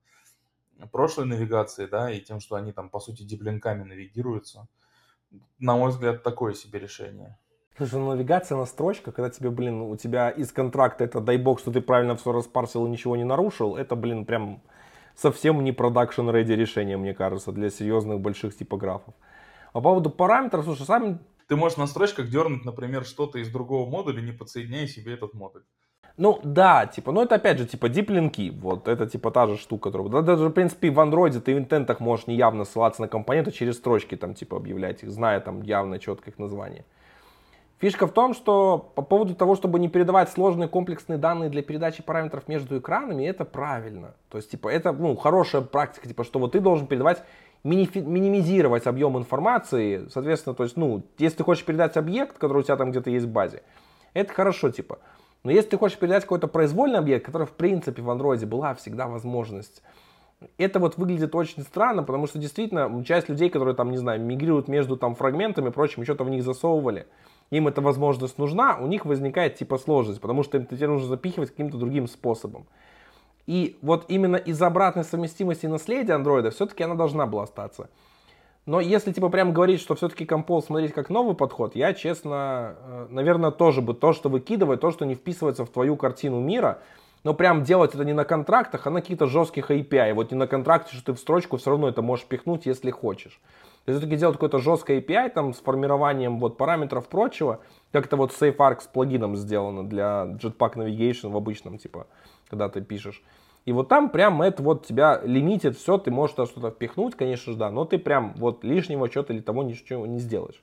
прошлой навигацией, да, и тем, что они там, по сути, диплинками навигируются. На мой взгляд, такое себе решение. Слушай, ну, навигация на строчках, когда тебе, блин, у тебя из контракта это дай бог, что ты правильно все распарсил и ничего не нарушил, это, блин, прям совсем не продакшн-реди решение, мне кажется, для серьезных больших типографов. По поводу параметров, слушай, сами... Ты можешь на строчках дернуть, например, что-то из другого модуля, не подсоединяя себе этот модуль. Ну да, типа, ну это опять же типа диплинки, вот это типа та же штука, которую, да, даже в принципе в андроиде ты в интентах можешь неявно ссылаться на компоненты через строчки там типа объявлять их, зная там явно четко их название. Фишка в том, что по поводу того, чтобы не передавать сложные комплексные данные для передачи параметров между экранами, это правильно. То есть типа это ну, хорошая практика, типа что вот ты должен передавать, минимизировать объем информации, соответственно, то есть ну, если ты хочешь передать объект, который у тебя там где-то есть в базе, это хорошо типа. Но если ты хочешь передать какой-то произвольный объект, который в принципе в андроиде была всегда возможность, это вот выглядит очень странно, потому что действительно часть людей, которые там, не знаю, мигрируют между там фрагментами и прочим, что-то в них засовывали, им эта возможность нужна, у них возникает типа сложность, потому что им теперь нужно запихивать каким-то другим способом. И вот именно из-за обратной совместимости и наследия андроида все-таки она должна была остаться. Но если типа прям говорить, что все-таки Compose смотреть как новый подход, я честно, наверное, тоже бы то, что выкидывать, то, что не вписывается в твою картину мира, но прям делать это не на контрактах, а на каких-то жестких API. Вот не на контракте, что ты в строчку все равно это можешь пихнуть, если хочешь. То есть все-таки делать какое-то жесткое API там с формированием вот параметров прочего, как это вот SafeArc с плагином сделано для Jetpack Navigation в обычном, типа, когда ты пишешь. И вот там прям это вот тебя лимитит все, ты можешь туда что-то впихнуть, конечно же, да, но ты прям вот лишнего что-то или того ничего не сделаешь.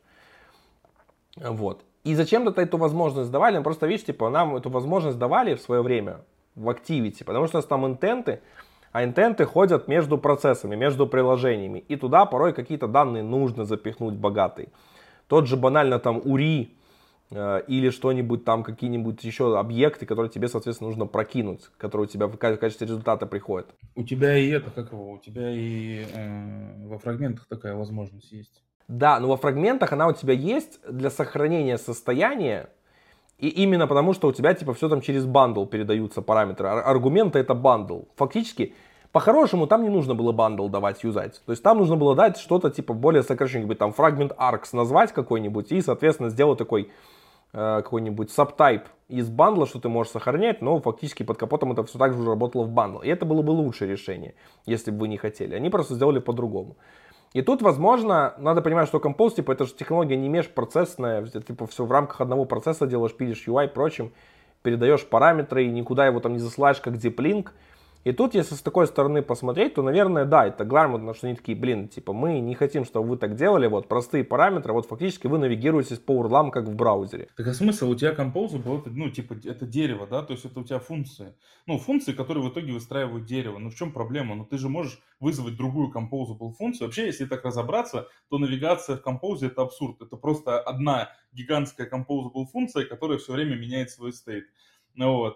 Вот. И зачем-то эту возможность давали, ну, просто видишь, типа, нам эту возможность давали в свое время в Activity, потому что у нас там интенты, а интенты ходят между процессами, между приложениями, и туда порой какие-то данные нужно запихнуть богатые. Тот же банально там URI, или что-нибудь там, какие-нибудь еще объекты, которые тебе, соответственно, нужно прокинуть, которые у тебя в качестве результата приходят. У тебя и это, как его, у тебя и во фрагментах такая возможность есть. Да, но во фрагментах она у тебя есть для сохранения состояния, и именно потому, что у тебя типа все там через бандл передаются параметры. Аргументы это бандл. Фактически, по-хорошему, там не нужно было бандл давать юзать. То есть там нужно было дать что-то типа более сокращенное, там фрагмент args назвать какой-нибудь и, соответственно, сделать такой какой-нибудь subtype из бандла, что ты можешь сохранять, но фактически под капотом это все так же уже работало в бандл. И это было бы лучшее решение, если бы вы не хотели. Они просто сделали по-другому. И тут, возможно, надо понимать, что Compose, типа, это же технология не межпроцессная, типа, все в рамках одного процесса делаешь, пилишь UI и прочим, передаешь параметры и никуда его там не засылаешь, как deep-link. И тут, если с такой стороны посмотреть, то, наверное, да, это грамотно, что они такие, блин, типа, мы не хотим, чтобы вы так делали, вот, простые параметры, вот, фактически вы навигируетесь по URL, как в браузере. Так а смысл? У тебя Composable, это, ну, типа, это дерево, да, то есть это у тебя функции. Ну, функции, которые в итоге выстраивают дерево. Ну, в чем проблема? Ну, ты же можешь вызвать другую Composable функцию. Вообще, если так разобраться, то навигация в Compose это абсурд. Это просто одна гигантская Composable функция, которая все время меняет свой стейт. Ну, вот,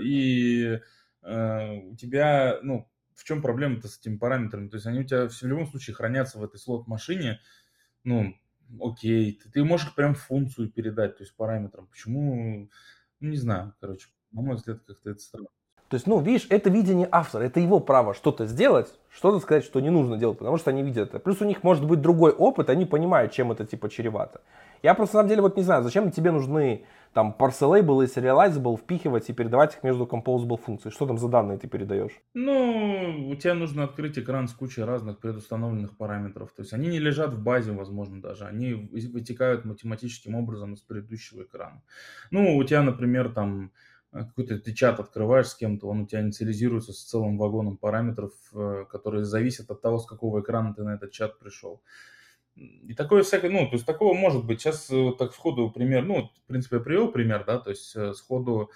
у тебя, ну, в чем проблема-то с этими параметрами? То есть они у тебя в любом случае хранятся в этой слот-машине, ну, окей, ты можешь прям функцию передать, то есть параметрам. Почему, ну, не знаю, короче, на мой взгляд, как-то это странно. То есть, ну, видишь, это видение автора, это его право что-то сделать, что-то сказать, что не нужно делать, потому что они видят это. Плюс у них может быть другой опыт, они понимают, чем это типа чревато. Я просто на самом деле вот не знаю, зачем тебе нужны там parse-label и serializable впихивать и передавать их между composable функций. Что там за данные ты передаешь? Ну, у тебя нужно открыть экран с кучей разных предустановленных параметров. То есть они не лежат в базе, возможно, даже. Они вытекают математическим образом из предыдущего экрана. Ну, у тебя, например, там какой-то ты чат открываешь с кем-то, он у тебя инициализируется с целым вагоном параметров, которые зависят от того, с какого экрана ты на этот чат пришел. И такое всякое, ну, то есть такого может быть. Сейчас вот так сходу пример, ну, в принципе, я привел пример, да, то есть сходу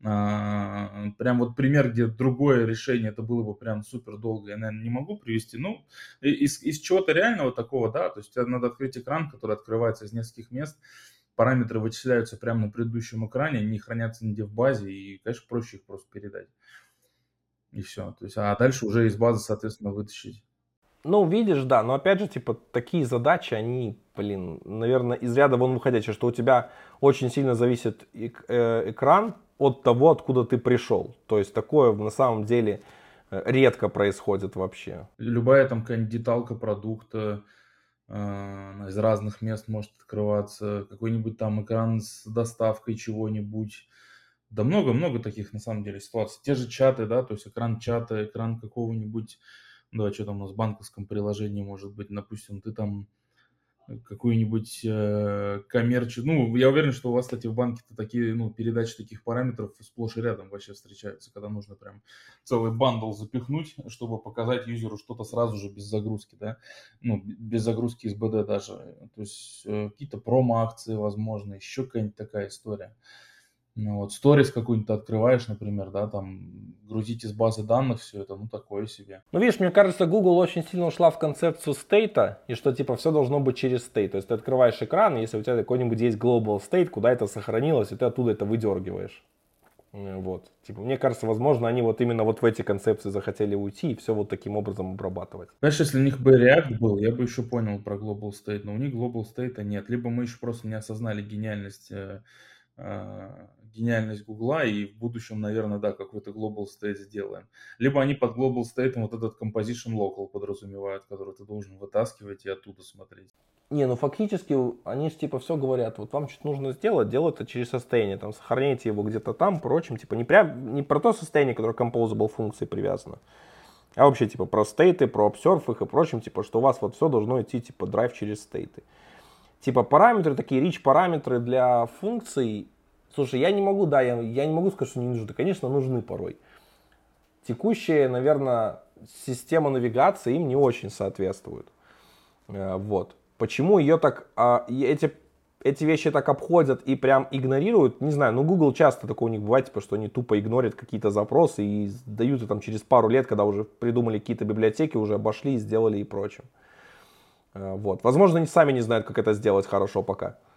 прям вот пример, где другое решение, это было бы прям супер долго, я, наверное, не могу привести. Ну, из чего-то реального такого, да, то есть тебе надо открыть экран, который открывается из нескольких мест, параметры вычисляются прямо на предыдущем экране, они не хранятся нигде в базе, и, конечно, проще их просто передать. И все. То есть, а дальше уже из базы, соответственно, вытащить. Ну, видишь, да, но опять же, типа, такие задачи, они, блин, наверное, из ряда вон выходящие, что у тебя очень сильно зависит экран от того, откуда ты пришел. То есть такое на самом деле редко происходит вообще. Любая там какая-нибудь деталка продукта из разных мест может открываться, какой-нибудь там экран с доставкой чего-нибудь. Да много-много таких на самом деле ситуаций. Те же чаты, да, то есть экран чата, экран какого-нибудь, да, что там у нас в банковском приложении может быть, допустим, ты там какую-нибудь ну, я уверен, что у вас, кстати, в банке-то такие, ну, передачи таких параметров сплошь и рядом вообще встречаются, когда нужно прям целый бандл запихнуть, чтобы показать юзеру что-то сразу же без загрузки, да, ну, без загрузки из БД даже, то есть какие-то промо-акции, возможно, еще какая-нибудь такая история. Ну вот, сторис какой-нибудь открываешь, например, да, там, грузить из базы данных все это, ну, такое себе. Ну, видишь, мне кажется, Google очень сильно ушла в концепцию стейта, и что, типа, все должно быть через стейт. То есть ты открываешь экран, и если у тебя какой-нибудь есть global state, куда это сохранилось, и ты оттуда это выдергиваешь. Вот. Типа, мне кажется, возможно, они вот именно вот в эти концепции захотели уйти и все вот таким обром обрабатывать. Знаешь, если у них бы React был, я бы еще понял про Global State, но у них Global State нет. Либо мы еще просто не осознали гениальность Гугла, и в будущем, наверное, да, какой-то Global State сделаем. Либо они под Global State вот этот Composition Local подразумевают, который ты должен вытаскивать и оттуда смотреть. Не, ну фактически они же типа все говорят, вот вам что-то нужно сделать, делать это через состояние, там сохраняйте его где-то там, прочим, типа не про то состояние, которое к composable функции привязано, а вообще типа про стейты, про observe их и прочим, типа что у вас вот все должно идти типа драйв через стейты. Типа параметры, такие rich параметры для функций, слушай, я не могу, да, я не могу сказать, что не нужны, конечно, нужны порой. Текущая, наверное, система навигации им не очень соответствует, вот. Почему ее так, эти вещи так обходят и прям игнорируют, не знаю, ну Google часто такое у них бывает, типа, что они тупо игнорят какие-то запросы и дают их там через пару лет, когда уже придумали какие-то библиотеки, уже обошли, сделали и прочим. Вот. Возможно, они сами не знают, как это сделать хорошо пока.